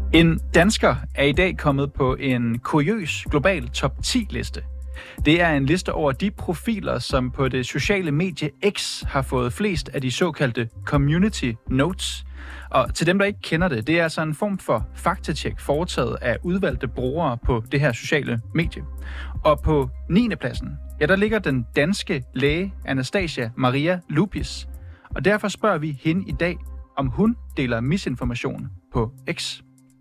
En dansker er i dag kommet på en kuriøs global top 10-liste. Det er en liste over de profiler, som på det sociale medie X har fået flest af de såkaldte community notes. Og til dem, der ikke kender det, det er altså en form for faktatjek foretaget af udvalgte brugere på det her sociale medie. Og på 9. pladsen, ja, der ligger den danske læge Anastasia Maria Lupis. Og derfor spørger vi hende i dag, om hun deler misinformation på X.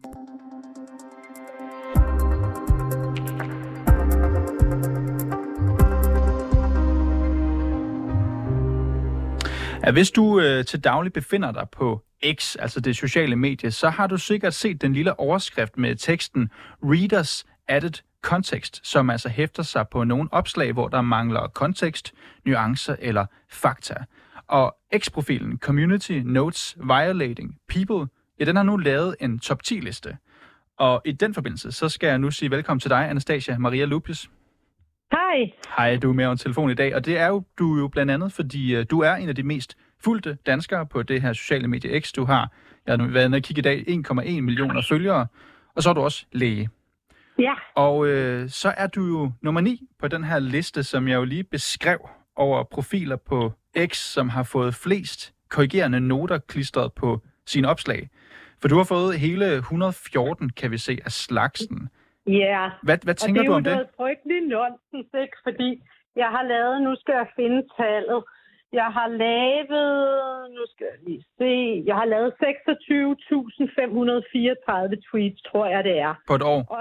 Hvis du til daglig befinder dig på X, altså det sociale medie, så har du sikkert set den lille overskrift med teksten Readers Added Context, som altså hæfter sig på nogle opslag, hvor der mangler kontekst, nuancer eller fakta. Og X-profilen Community Notes Violating People, ja, den har nu lavet en top 10-liste. Og i den forbindelse, så skal jeg nu sige velkommen til dig, Anastasia Maria Lupis. Hej. Hej, du er med på telefon i dag, og det er jo du jo blandt andet, fordi du er en af de mest fulgte danskere på det her sociale medie X. Du har, jeg har været inde og kigge i dag, 1,1 millioner følgere, og så er du også læge. Ja. Og så er du jo nummer 9 på den her liste, som jeg jo lige beskrev over profiler på X, som har fået flest korrigerende noter klistret på sine opslag. For du har fået hele 114, kan vi se, af slagsen. Ja, Hvad tænker du om det? Og det er jo noget frygteligt nonsens, ikke? Fordi jeg har lavet, nu skal jeg finde tallet, jeg har lavet, nu skal jeg lige se, jeg har lavet 26.534 tweets, tror jeg det er. På et år? Og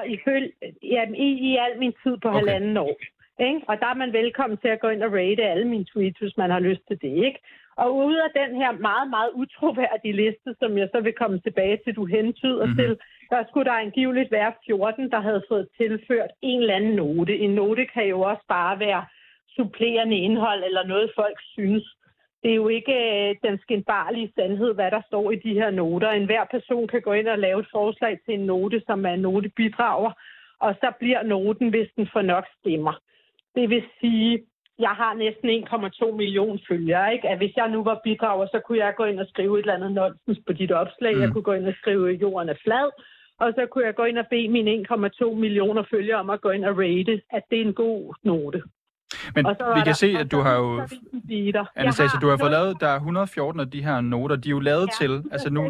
i al min tid på halvanden år. Ikke? Og der er man velkommen til at gå ind og rate alle mine tweets, hvis man har lyst til det, ikke? Og ud af den her meget, meget utroværdige liste, som jeg så vil komme tilbage til, du hentyder til, der skulle der angiveligt være 14, der havde fået tilført en eller anden note. En note kan jo også bare være supplerende indhold eller noget, folk synes. Det er jo ikke den skinbarlige sandhed, hvad der står i de her noter. Enhver person kan gå ind og lave et forslag til en note, som er en notebidrager, og så bliver noten, hvis den får nok stemmer. Det vil sige, jeg har næsten 1,2 millioner følgere, ikke? At hvis jeg nu var bidrager, så kunne jeg gå ind og skrive et eller andet nonsens på dit opslag. Jeg kunne gå ind og skrive, jorden er flad. Og så kunne jeg gå ind og bede mine 1,2 millioner følgere om at gå ind og rate, at det er en god note. Men vi kan se, at du har jo... Anastasia, du har fået lavet, der er 114 af de her noter, de er jo lavet til... Altså nu,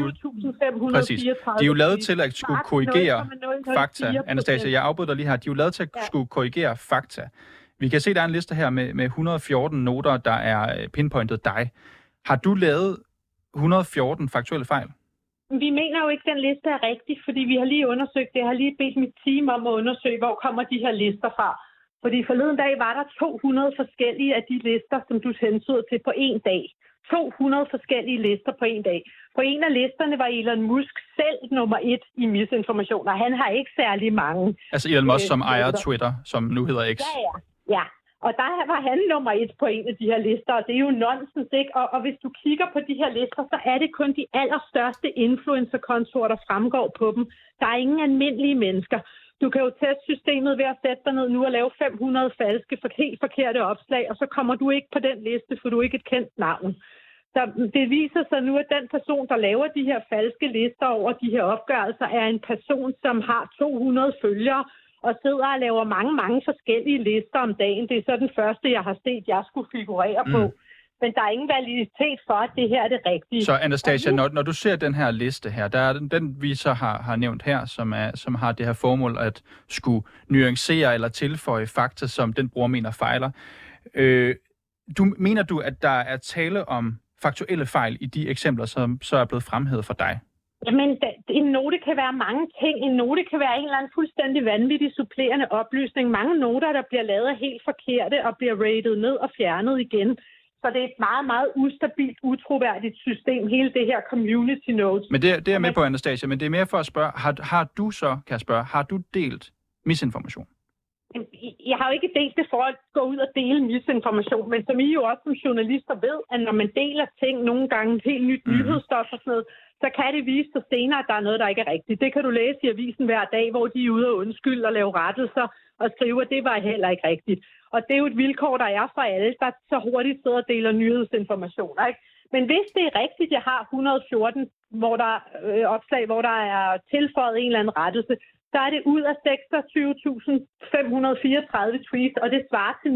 præcis. De er jo lavet til at skulle korrigere fakta. Anastasia, jeg afbryder dig lige her. De er jo lavet til at skulle korrigere fakta. Vi kan se, der er en liste her med 114 noter, der er pinpointet dig. Har du lavet 114 faktuelle fejl? Vi mener jo ikke, at den liste er rigtig, fordi vi har lige undersøgt det. Jeg har lige bedt mit team om at undersøge, hvor kommer de her lister fra. Fordi forleden dag var der 200 forskellige af de lister, som du hentyder til på en dag. 200 forskellige lister på en dag. På en af listerne var Elon Musk selv nummer 1 i misinformation, og han har ikke særlig mange. Altså Elon Musk, som ejer Twitter, som nu hedder X. Ja. Og der var han nummer 1 på en af de her lister, og det er jo nonsens, ikke? Og hvis du kigger på de her lister, så er det kun de allerstørste influencer-kontorer, der fremgår på dem. Der er ingen almindelige mennesker. Du kan jo teste systemet ved at sætte dig ned nu og lave 500 falske, helt forkerte opslag, og så kommer du ikke på den liste, for du er ikke et kendt navn. Så det viser sig nu, at den person, der laver de her falske lister over de her opgørelser, er en person, som har 200 følgere, og sidder og laver mange, mange forskellige lister om dagen. Det er så den første, jeg har set, jeg skulle figurere på. Men der er ingen validitet for, at det her er det rigtige. Så Anastasia, når du ser den her liste her, der er den vi så har nævnt her, som har det her formål at skulle nuancere eller tilføje fakta, som den bruger mener fejler. Mener du, at der er tale om faktuelle fejl i de eksempler, som så er blevet fremhævet for dig? Jamen, en note kan være mange ting. En note kan være en eller anden fuldstændig vanvittig supplerende oplysning. Mange noter, der bliver lavet helt forkerte og bliver rated ned og fjernet igen. Så det er et meget, meget ustabilt, utroværdigt system, hele det her community notes. Men det er med på, Anastasia, men det er mere for at spørge, har du delt misinformation? Jeg har jo ikke delt det for at gå ud og dele misinformation, men som I jo også som journalister ved, at når man deler ting nogle gange, helt nyt nyhedsstof og sådan noget, så kan det vise sig senere, at der er noget, der ikke er rigtigt. Det kan du læse i avisen hver dag, hvor de er ude og undskylde og lave rettelser og skrive, at det var heller ikke rigtigt. Og det er jo et vilkår, der er for alle, der så hurtigt sidder og deler nyhedsinformationer, ikke? Men hvis det er rigtigt, at jeg har 114 opslag, hvor der er tilføjet en eller anden rettelse, så er det ud af 26.534 tweets, og det svarer til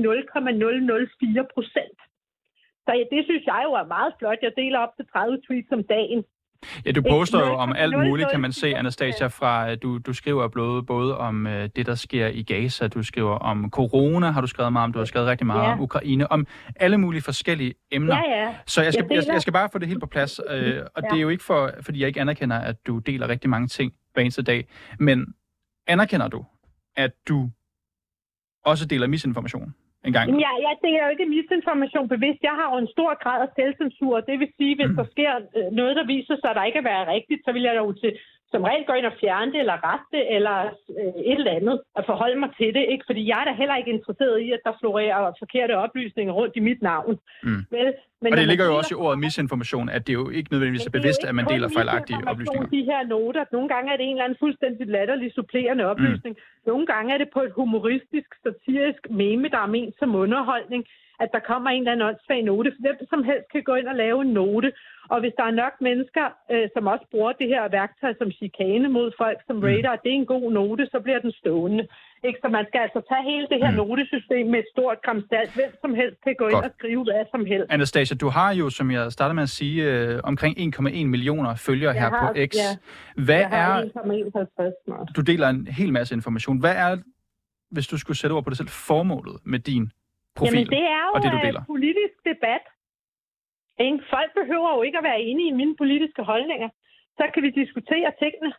0,004%. Så det synes jeg jo er meget flot. Jeg deler op til 30 tweets om dagen. Ja, du poster jo om alt muligt, kan man se, Anastasia, fra du skriver både om det, der sker i Gaza, du skriver om corona, har du skrevet meget om, du har skrevet rigtig meget om Ukraine, om alle mulige forskellige emner. Ja. Så jeg skal bare få det helt på plads, og det er jo ikke fordi jeg ikke anerkender, at du deler rigtig mange ting hver eneste dag, men anerkender du, at du også deler misinformation en gang? Ja, jeg deler jo ikke misinformation bevidst. Jeg har jo en stor grad af selvcensur. Det vil sige, hvis der sker noget, der viser sig, at der ikke er være rigtigt, så vil jeg jo som regel gå ind og fjerne det, eller rette det, eller et eller andet, at forholde mig til det. Ikke? Fordi jeg er da heller ikke interesseret i, at der florerer forkerte oplysninger rundt i mit navn. Vel? Men og det ligger jo også i ordet misinformation, at det jo ikke nødvendigvis er bevidst, at man deler fejlagtige oplysninger. De her noter, nogle gange er det en eller anden fuldstændig latterlig supplerende oplysning. Nogle gange er det på et humoristisk, satirisk meme, der er ment som underholdning, at der kommer en eller anden åndssvag note. Hvem som helst kan gå ind og lave en note. Og hvis der er nok mennesker, som også bruger det her værktøj som chikane mod folk som raider, at det er en god note, så bliver den stående. Ikke? Så man skal altså tage hele det her notesystem med et stort kramstalt. Hvem som helst kan gå ind og skrive hvad som helst. Anastasia, du har jo, som jeg startede med at sige, omkring 1,1 millioner følgere her på X. Hvad er... 1,51. Du deler en hel masse information. Hvad er, hvis du skulle sætte ord på det selv, formålet med din profil? Jamen, det er jo og det, du deler? Politisk debat. Folk behøver jo ikke at være enige i mine politiske holdninger. Så kan vi diskutere tingene.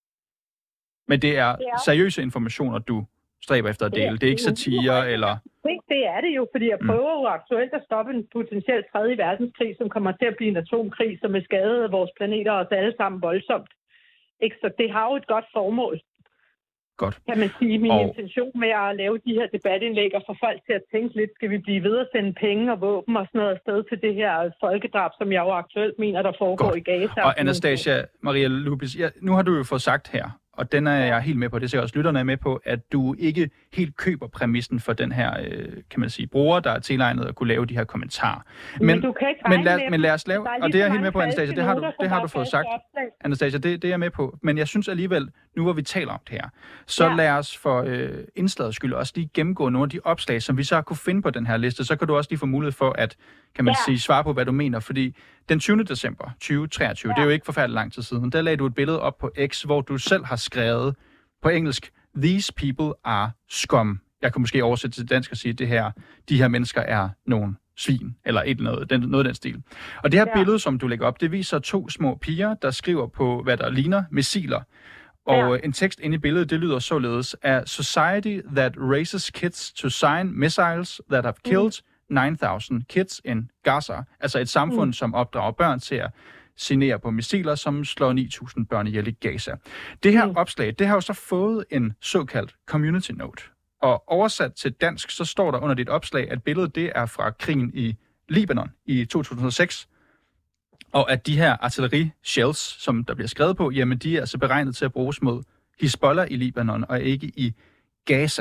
Men det er seriøse informationer, du stræber efter at dele. Det er ikke satire, eller... Det er det jo, fordi jeg prøver jo aktuelt at stoppe en potentiel 3. verdenskrig, som kommer til at blive en atomkrig, som er skadet af vores planeter og os alle sammen voldsomt. Ikke? Så det har jo et godt formål. Godt. Kan man sige, min intention med at lave de her debatindlæg og få folk til at tænke lidt, skal vi blive ved at sende penge og våben og sådan noget afsted til det her folkedrab, som jeg jo aktuelt mener, der foregår i Gaza. Og Anastasia Maria Lubis, nu har du jo fået sagt her, og den er jeg helt med på, det ser også lytterne er med på, at du ikke helt køber præmissen for den her, kan man sige, bruger, der er tilegnet at kunne lave de her kommentarer. Men lad os lave, og det er jeg helt med på, Anastasia, det har du fået sagt. Anastasia, det er jeg med på. Men jeg synes alligevel, nu hvor vi taler om det her, så lad os for indslagets skyld også lige gennemgå nogle af de opslag, som vi så har kunne finde på den her liste. Så kan du også lige få mulighed for at, kan man sige, svare på, hvad du mener. Fordi den 20. december 2023, det er jo ikke forfærdeligt lang tid siden, der lagde du et billede op på X, hvor du selv har skrevet på engelsk, "These people are scum." Jeg kan måske oversætte til dansk og sige, det her, de her mennesker er nogle svin, eller noget af den stil. Og det her billede, som du lægger op, det viser 2 små piger, der skriver på, hvad der ligner missiler. Og en tekst inde i billedet, det lyder således: "A society that raises kids to sign missiles that have killed 9,000 kids in Gaza." Altså et samfund, som opdrager børn til at signere på missiler, som slår 9.000 børn ihjel i Gaza. Det her opslag, det har jo så fået en såkaldt community note. Og oversat til dansk, så står der under dit opslag, at billedet det er fra krigen i Libanon i 2006. Og at de her artilleri-shells, som der bliver skrevet på, jamen de er altså beregnet til at bruges mod Hizbollah i Libanon og ikke i Gaza.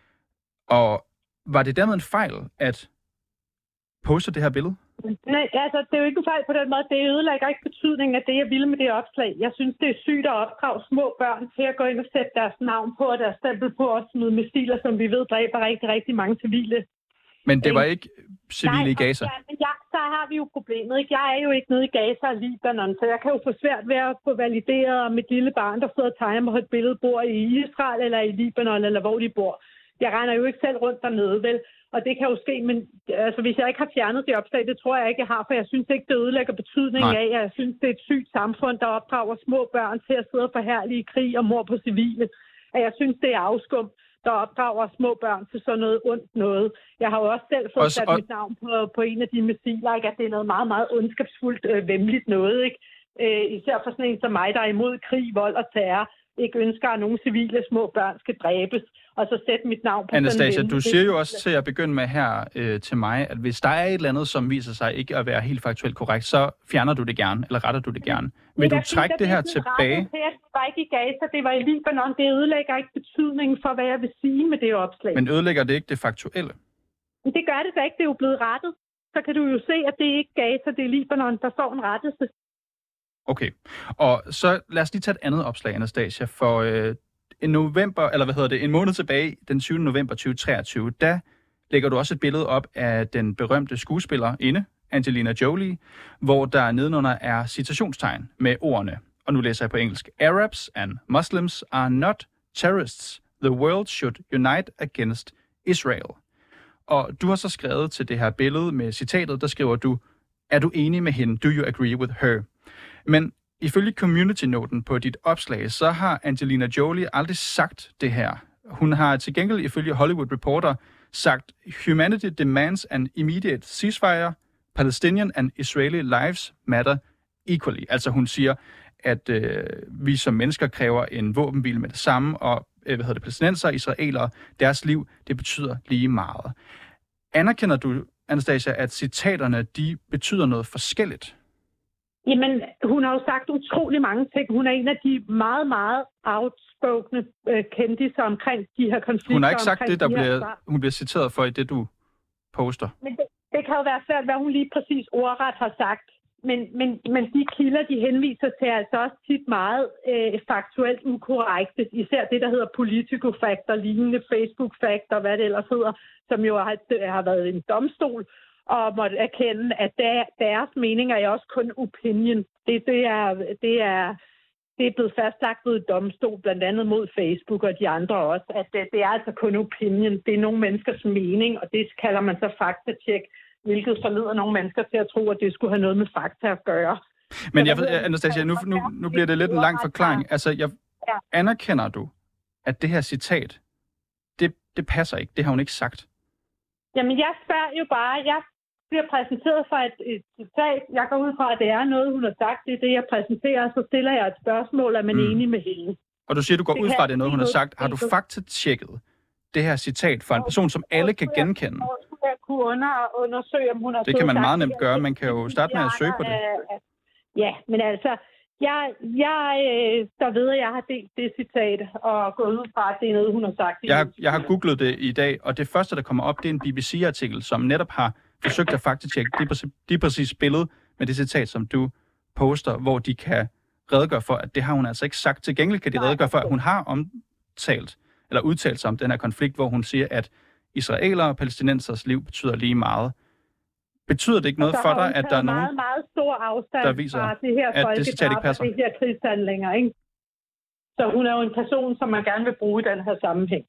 Og var det dermed en fejl at poste det her billede? Nej, altså det er jo ikke en fejl på den måde. Det ødelægger ikke betydningen af det, jeg ville med det opslag. Jeg synes, det er sygt at opdrage små børn til at gå ind og sætte deres navn på og deres stempel på og smide missiler, som vi ved dræber rigtig, rigtig mange civile. Men det var ikke civile i Gaza? Nej, så har vi jo problemet. Ikke? Jeg er jo ikke nede i Gaza og Libanon, så jeg kan jo få svært ved at få valideret, om et lille barn, der sidder og tegner på et billede, bor i Israel eller i Libanon, eller hvor de bor. Jeg regner jo ikke selv rundt dernede, vel? Og det kan jo ske, men altså, hvis jeg ikke har fjernet det opslag, det tror jeg ikke, jeg har, for jeg synes ikke, det ødelægger betydningen af. Jeg synes, det er et sygt samfund, der opdrager små børn til at sidde og forherlige krig og mord på civile. Og jeg synes, det er afskum, der opdrager små børn til sådan noget ondt noget. Jeg har jo også selv fået sat mit navn på en af de missiler, ikke? At det er noget meget, meget ondskabsfuldt, væmmeligt noget, ikke? Især for sådan en som mig, der er imod krig, vold og terror, ikke ønsker, at nogle civile små børn skal dræbes, og så sætte mit navn på Anastasia, du siger jo også til at begynde med her til mig, at hvis der er et eller andet, som viser sig ikke at være helt faktuelt korrekt, så fjerner du det gerne, eller retter du det gerne. Vil du trække det her tilbage? Det var ikke i Gaza, det var i Libanon. Det ødelægger ikke betydningen for, hvad jeg vil sige med det opslag. Men ødelægger det ikke det faktuelle? Det gør det da ikke. Det er jo blevet rettet. Så kan du jo se, at det er ikke Gaza, det er Libanon. Der står en rettelse. Okay. Og så lad os lige tage et andet opslag, Anastasia. For en måned tilbage, den 20. november 2023, der lægger du også et billede op af den berømte skuespillerinde, Angelina Jolie, hvor der nedenunder er citationstegn med ordene, og nu læser jeg på engelsk: Arabs and Muslims are not terrorists. The world should unite against Israel. Og du har så skrevet til det her billede med citatet, der skriver du: er du enig med hende? Do you agree with her? Men ifølge community-noten på dit opslag, så har Angelina Jolie aldrig sagt det her. Hun har til gengæld ifølge Hollywood Reporter sagt: Humanity demands an immediate ceasefire. Palestinian and Israeli lives matter equally. Altså hun siger, at vi som mennesker kræver en våbenhvile med det samme, og palæstinenser, israelere, deres liv, det betyder lige meget. Anerkender du, Anastasia, at citaterne, de betyder noget forskelligt? Jamen, hun har jo sagt utrolig mange ting. Hun er en af de meget, meget outspokne kendiser omkring de her konflikter. Hun har ikke sagt det, hun bliver citeret for i det, du poster. Men det kan jo være svært, hvad hun lige præcis ordret har sagt. Men de kilder, de henviser til, er altså også tit meget faktuelt ukorrekte. Især det, der hedder Politico-fakter, lignende Facebook-fakter, hvad det ellers hedder, som jo har været en domstol, og måtte erkende, at deres meninger er også kun opinion. Det er blevet fastlagt ved domstol, blandt andet mod Facebook og de andre også, at det er altså kun opinion. Det er nogle menneskers mening, og det kalder man så faktatjek, hvilket forleder nogle mennesker til at tro, at det skulle have noget med fakta at gøre. Men Anastasia, nu bliver det lidt en lang forklaring. Altså, anerkender du, at det her citat, det passer ikke? Det har hun ikke sagt. Jamen, jeg spørger jo bare, jeg bliver præsenteret for et citat. Jeg går ud fra, at det er noget, hun har sagt. Det er det, jeg præsenterer, og så stiller jeg et spørgsmål, er man enig med hende. Og du siger, du går ud fra, at det er noget, hun har sagt. Har du faktatjekket det her citat fra en person, som alle kan genkende? Jeg kunne undersøge, om hun har... Det kan man meget nemt gøre. Man kan jo starte med at søge på det. Ja, men altså, der ved, at jeg har delt det citat og gået ud fra, at det er noget, hun har sagt. Jeg har googlet det i dag, og det første, der kommer op, det er en BBC-artikel, som netop har forsøgt at faktatjekke de præcis billede med det citat, som du poster, hvor de kan redegøre for, at det har hun altså ikke sagt. Til gengæld kan de redegøre for, at hun har udtalt sig om den her konflikt, hvor hun siger, at israelere og palæstinensers liv betyder lige meget. Betyder det ikke noget for dig, at der er nogen, meget stor afstand der viser, fra det her at det citat ikke passer? Det her krigshandlinger, ikke? Så hun er jo en person, som man gerne vil bruge i den her sammenhæng.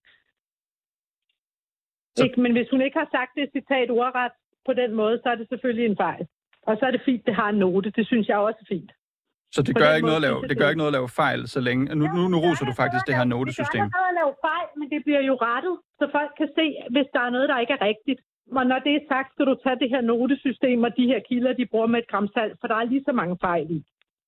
Ikke? Men hvis hun ikke har sagt det citat ordret på den måde, så er det selvfølgelig en fejl. Og så er det fint, det har en note. Det synes jeg også er fint. Så det gør ikke noget at lave fejl, så længe... Nu roser du faktisk det her notesystem. Det gør ikke noget at lave fejl, men det bliver jo rettet, så folk kan se, hvis der er noget, der ikke er rigtigt. Og når det er sagt, skal du tage det her notesystem og de her kilder, de bruger med et gram salt, for der er lige så mange fejl i.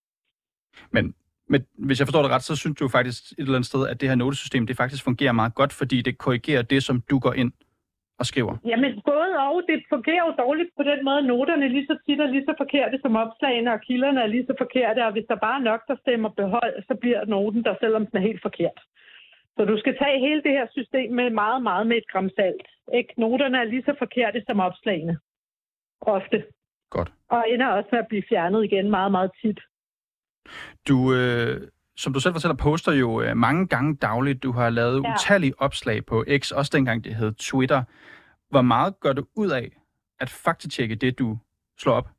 Men hvis jeg forstår det ret, så synes du faktisk et eller andet sted, at det her notesystem, det faktisk fungerer meget godt, fordi det korrigerer det, som du går ind og skriver. Jamen både og. Det fungerer jo dårligt på den måde. Noterne er lige så tit og lige så forkerte som opslagene, og kilderne er lige så forkerte. Og hvis der bare er nok, der stemmer behold, så bliver noten der, selvom den er helt forkert. Så du skal tage hele det her system med meget, meget med et gram salt. Ikke? Noterne er lige så forkerte som opslagene. Ofte. Godt. Og ender også med at blive fjernet igen meget, meget tit. Du, som du selv fortæller, poster jo mange gange dagligt. Du har lavet utallige opslag på X, også dengang det hed Twitter. Hvor meget gør du ud af at faktatjekke det, du slår op?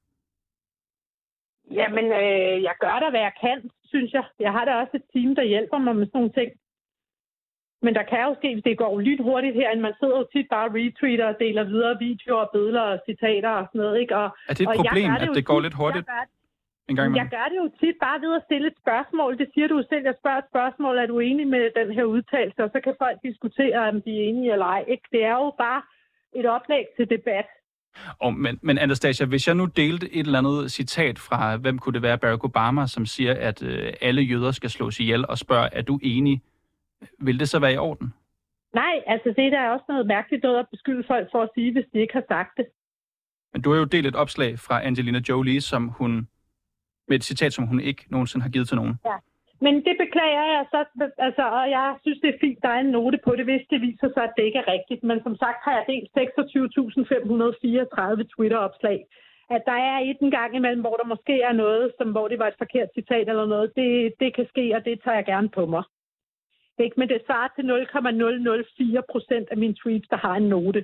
Jamen, jeg gør da, hvad jeg kan, synes jeg. Jeg har da også et team, der hjælper mig med sådan nogle ting. Men der kan jo ske, det går lidt hurtigt her, man sidder jo tit bare og retweeter og deler videre videoer, billeder og citater og sådan noget, ikke? Er det et problem, at det går lidt hurtigt? Jeg gør det jo tit bare ved at stille et spørgsmål. Det siger du selv. Jeg spørger et spørgsmål, er du enig med den her udtalelse? Og så kan folk diskutere, om de er enige eller ej. Ikke? Det er jo bare et oplæg til debat. Men Anastasia, hvis jeg nu delte et eller andet citat fra, hvem kunne det være, Barack Obama, som siger, at alle jøder skal slås ihjel, og spørger, er du enig? Vil det så være i orden? Nej, altså det er også noget mærkeligt noget at beskylde folk for at sige, hvis de ikke har sagt det. Men du har jo delt et opslag fra Angelina Jolie, med et citat, som hun ikke nogensinde har givet til nogen. Ja, men det beklager jeg så, altså, og jeg synes, det er fint, der er en note på det, hvis det viser sig, at det ikke er rigtigt. Men som sagt har jeg delt 26.534 Twitter-opslag. at der er et en gang imellem, hvor der måske er noget, hvor det var et forkert citat eller noget. Det kan ske, og det tager jeg gerne på mig. Ikke? Men det svarer til 0,004% af mine tweets, der har en note.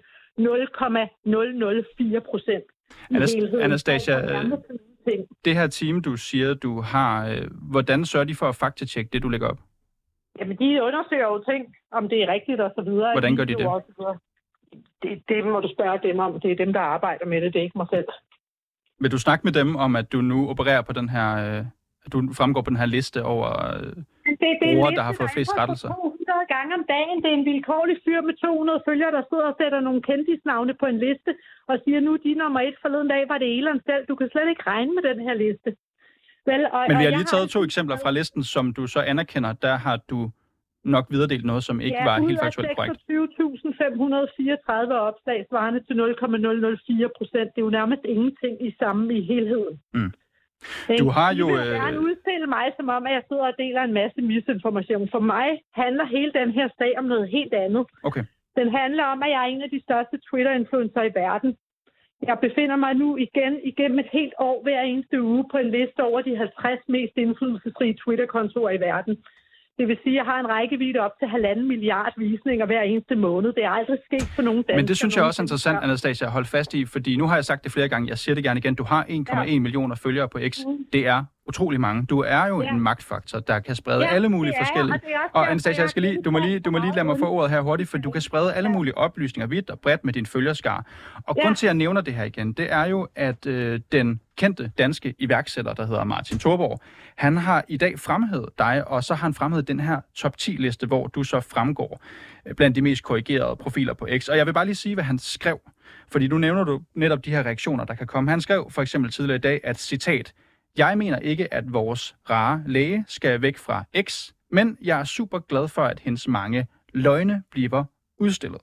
0,004% Anastasia, det her team, du siger, du har, hvordan sørger de for at faktatjekke det, du lægger op? Jamen, de undersøger jo ting, om det er rigtigt og så videre. Hvordan gør de det? Det må du spørge dem om. Det er dem, der arbejder med det. Det er ikke mig selv. Vil du snakke med dem om, at du nu opererer på den her, at du fremgår på den her liste over brugere, der har fået flest rettelser? 200 gange om dagen. Det er en vilkårlig fyr med 200 følgere, der sidder og sætter nogle kendisnavne på en liste og siger, nu de nummer 1 forleden dag var det Elon selv. Du kan slet ikke regne med den her liste. Vel, men vi har lige taget 2 eksempler fra listen, som du så anerkender. Der har du nok videredelt noget, som ikke var helt faktuelt korrekt. 26.534 opslag svarende til 0,004%. Det er jo nærmest ingenting i helheden. Mm. Du har jo... Jeg vil gerne udstille mig som om, at jeg sidder og deler en masse misinformation. For mig handler hele den her sag om noget helt andet. Okay. Den handler om, at jeg er en af de største Twitter-influencer i verden. Jeg befinder mig nu igennem et helt år hver eneste uge på en liste over de 50 mest indflydelsesrige Twitter-kontorer i verden. Det vil sige, at jeg har en rækkevidde op til 1,5 milliard visninger hver eneste måned. Det er aldrig sket for nogen danskere. Men det synes jeg også er interessant, Anastasia, at holde fast i, fordi nu har jeg sagt det flere gange, jeg siger det gerne igen, du har 1,1 millioner følgere på X. Det er utrolig mange. Du er jo en magtfaktor, der kan sprede alle mulige forskellige... Og Anastasia, du må lige lade mig få ordet her hurtigt, for du kan sprede alle mulige oplysninger vidt og bredt med din følgerskare. Og grund til, at jeg nævner det her igen, det er jo, at den kendte danske iværksætter, der hedder Martin Thorborg, han har i dag fremhævet dig, og så har han fremhævet den her top 10-liste, hvor du så fremgår blandt de mest korrigerede profiler på X. Og jeg vil bare lige sige, hvad han skrev, fordi nu nævner du netop de her reaktioner, der kan komme. Han skrev for eksempel tidligere i dag, at citat, jeg mener ikke, at vores rare læge skal væk fra X, men jeg er super glad for, at hendes mange løgne bliver udstillet.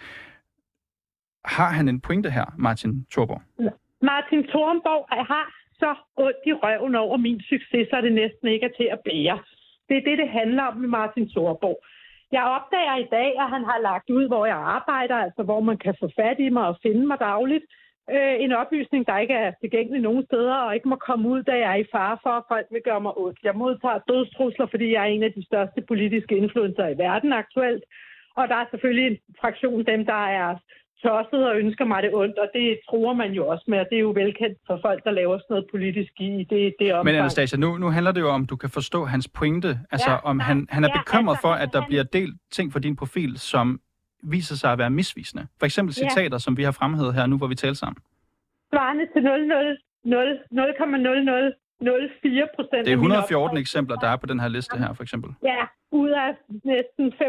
Har han en pointe her, Martin Thorborg? Martin Thorborg har så ondt i røven over min succes, så det næsten ikke er til at bære. Det er det handler om med Martin Thorborg. Jeg opdager i dag, at han har lagt ud, hvor jeg arbejder, altså hvor man kan få fat i mig og finde mig dagligt. En oplysning, der ikke er tilgængelig nogen steder, og ikke må komme ud, da jeg er i fare for, at folk vil gøre mig ondt. Jeg modtager dødstrusler, fordi jeg er en af de største politiske influencer i verden aktuelt. Og der er selvfølgelig en fraktion dem, der er tosset og ønsker mig det ondt, og det truer man jo også med, og det er jo velkendt for folk, der laver sådan noget politisk i det omfang. Men Anastasia, nu handler det jo om, du kan forstå hans pointe, altså om han er bekymret for, at der bliver delt ting for din profil, som viser sig at være misvisende. For eksempel citater, som vi har fremhævet her nu, hvor vi taler sammen. Svarende til 0,0004%. Det er 114 eksempler, der er på den her liste her, for eksempel. Ja, ud af næsten 36.000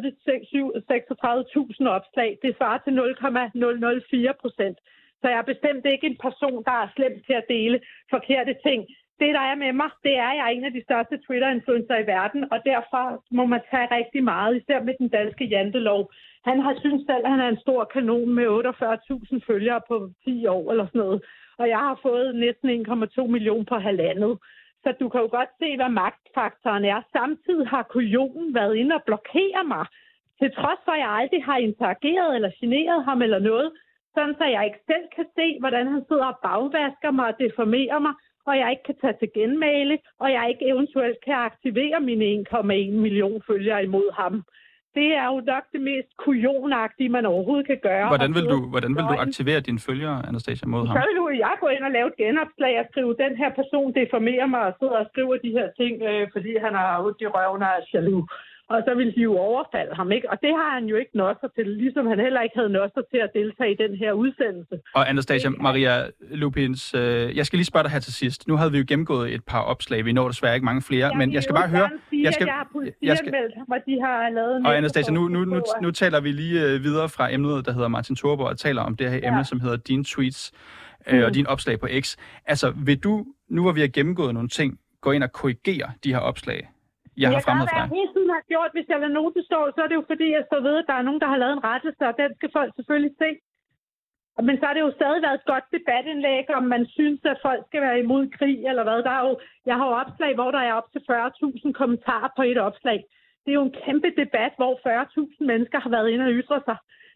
opslag. Det svarer til 0,004%. Så jeg er bestemt ikke en person, der er slemt til at dele forkerte ting. Det, der er med mig, det er, at jeg er en af de største Twitter-influencer i verden, og derfor må man tage rigtig meget, især med den danske jantelov. Han har syntes selv, at han er en stor kanon med 48.000 følgere på 10 år eller sådan noget. Og jeg har fået næsten 1,2 millioner på halvandet. Så du kan jo godt se, hvad magtfaktoren er. Samtidig har kujonen været inde og blokere mig. Til trods for, at jeg aldrig har interageret eller generet ham eller noget. Sådan så jeg ikke selv kan se, hvordan han sidder og bagvasker mig og deformerer mig. Og jeg ikke kan tage til genmæle. Og jeg ikke eventuelt kan aktivere mine 1,1 million følgere imod ham. Det er jo nok det mest kujonagtige, man overhovedet kan gøre. Hvordan vil du aktivere dine følgere, Anastasia, mod ham? Så vil jeg gå ind og lave et genopslag og skrive, den her person deformerer mig og sidder og skriver de her ting, fordi han har ondt i røven og er jaloux. Og så vil de jo overfalde ham, ikke? Og det har han jo ikke nosser til, ligesom han heller ikke havde nosser til at deltage i den her udsendelse. Og Anastasia, Maria Lupins, jeg skal lige spørge dig her til sidst. Nu havde vi jo gennemgået et par opslag. Vi når desværre ikke mange flere, men jeg skal bare høre... Jeg har politianmeldt ham, og de har lavet... Og Anastasia, nu taler vi lige videre fra emnet, der hedder Martin Thorborg, og taler om det her emne, som hedder dine tweets og dine opslag på X. Altså, vil du, nu hvor vi har gennemgået nogle ting, gå ind og korrigere de her opslag? Jeg har fremhævet fra dig. Hele tiden har gjort, hvis jeg lader noten stå, så er det jo fordi, jeg så ved, at der er nogen, der har lavet en rettelse, og den skal folk selvfølgelig se. Men så har det jo stadig været et godt debatindlæg, om man synes, at folk skal være imod krig, eller hvad. Jeg har jo opslag, hvor der er op til 40.000 kommentarer på et opslag. Det er jo en kæmpe debat, hvor 40.000 mennesker har været inde og ytre sig.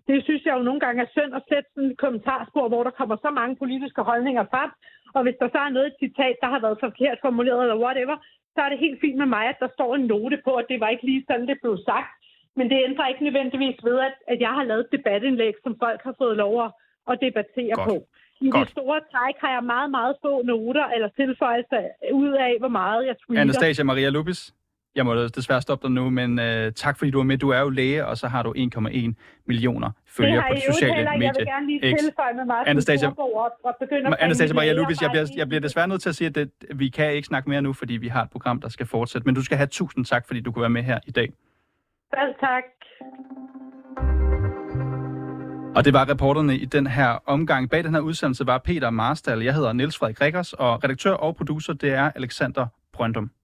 Det synes jeg jo nogle gange er synd at sætte sådan et kommentarspor, hvor der kommer så mange politiske holdninger frem. Og hvis der så er noget et citat, der har været forkert formuleret eller whatever, så er det helt fint med mig, at der står en note på, at det var ikke lige sådan, det blev sagt. Men det ændrer ikke nødvendigvis ved, at jeg har lavet debatindlæg, som folk har fået lov at debattere på. I det store træk har jeg meget, meget få noter eller tilføjelser ud af, hvor meget jeg tweeter. Anastasia Maria Lubis, jeg må desværre stoppe dig nu, men tak fordi du er med. Du er jo læge, og så har du 1,1 millioner følgere på det sociale medie. Jeg vil gerne lige tilføje med Martin Anastasia Maria Lubis, jeg bliver desværre nødt til at sige, at vi kan ikke snakke mere nu, fordi vi har et program, der skal fortsætte. Men du skal have 1000 tak, fordi du kunne være med her i dag. Selv tak. Og det var reporterne i den her omgang. Bag den her udsendelse var Peter Marstal, jeg hedder Niels Frederik Rikkers, og redaktør og producer, det er Alexander Brøndum.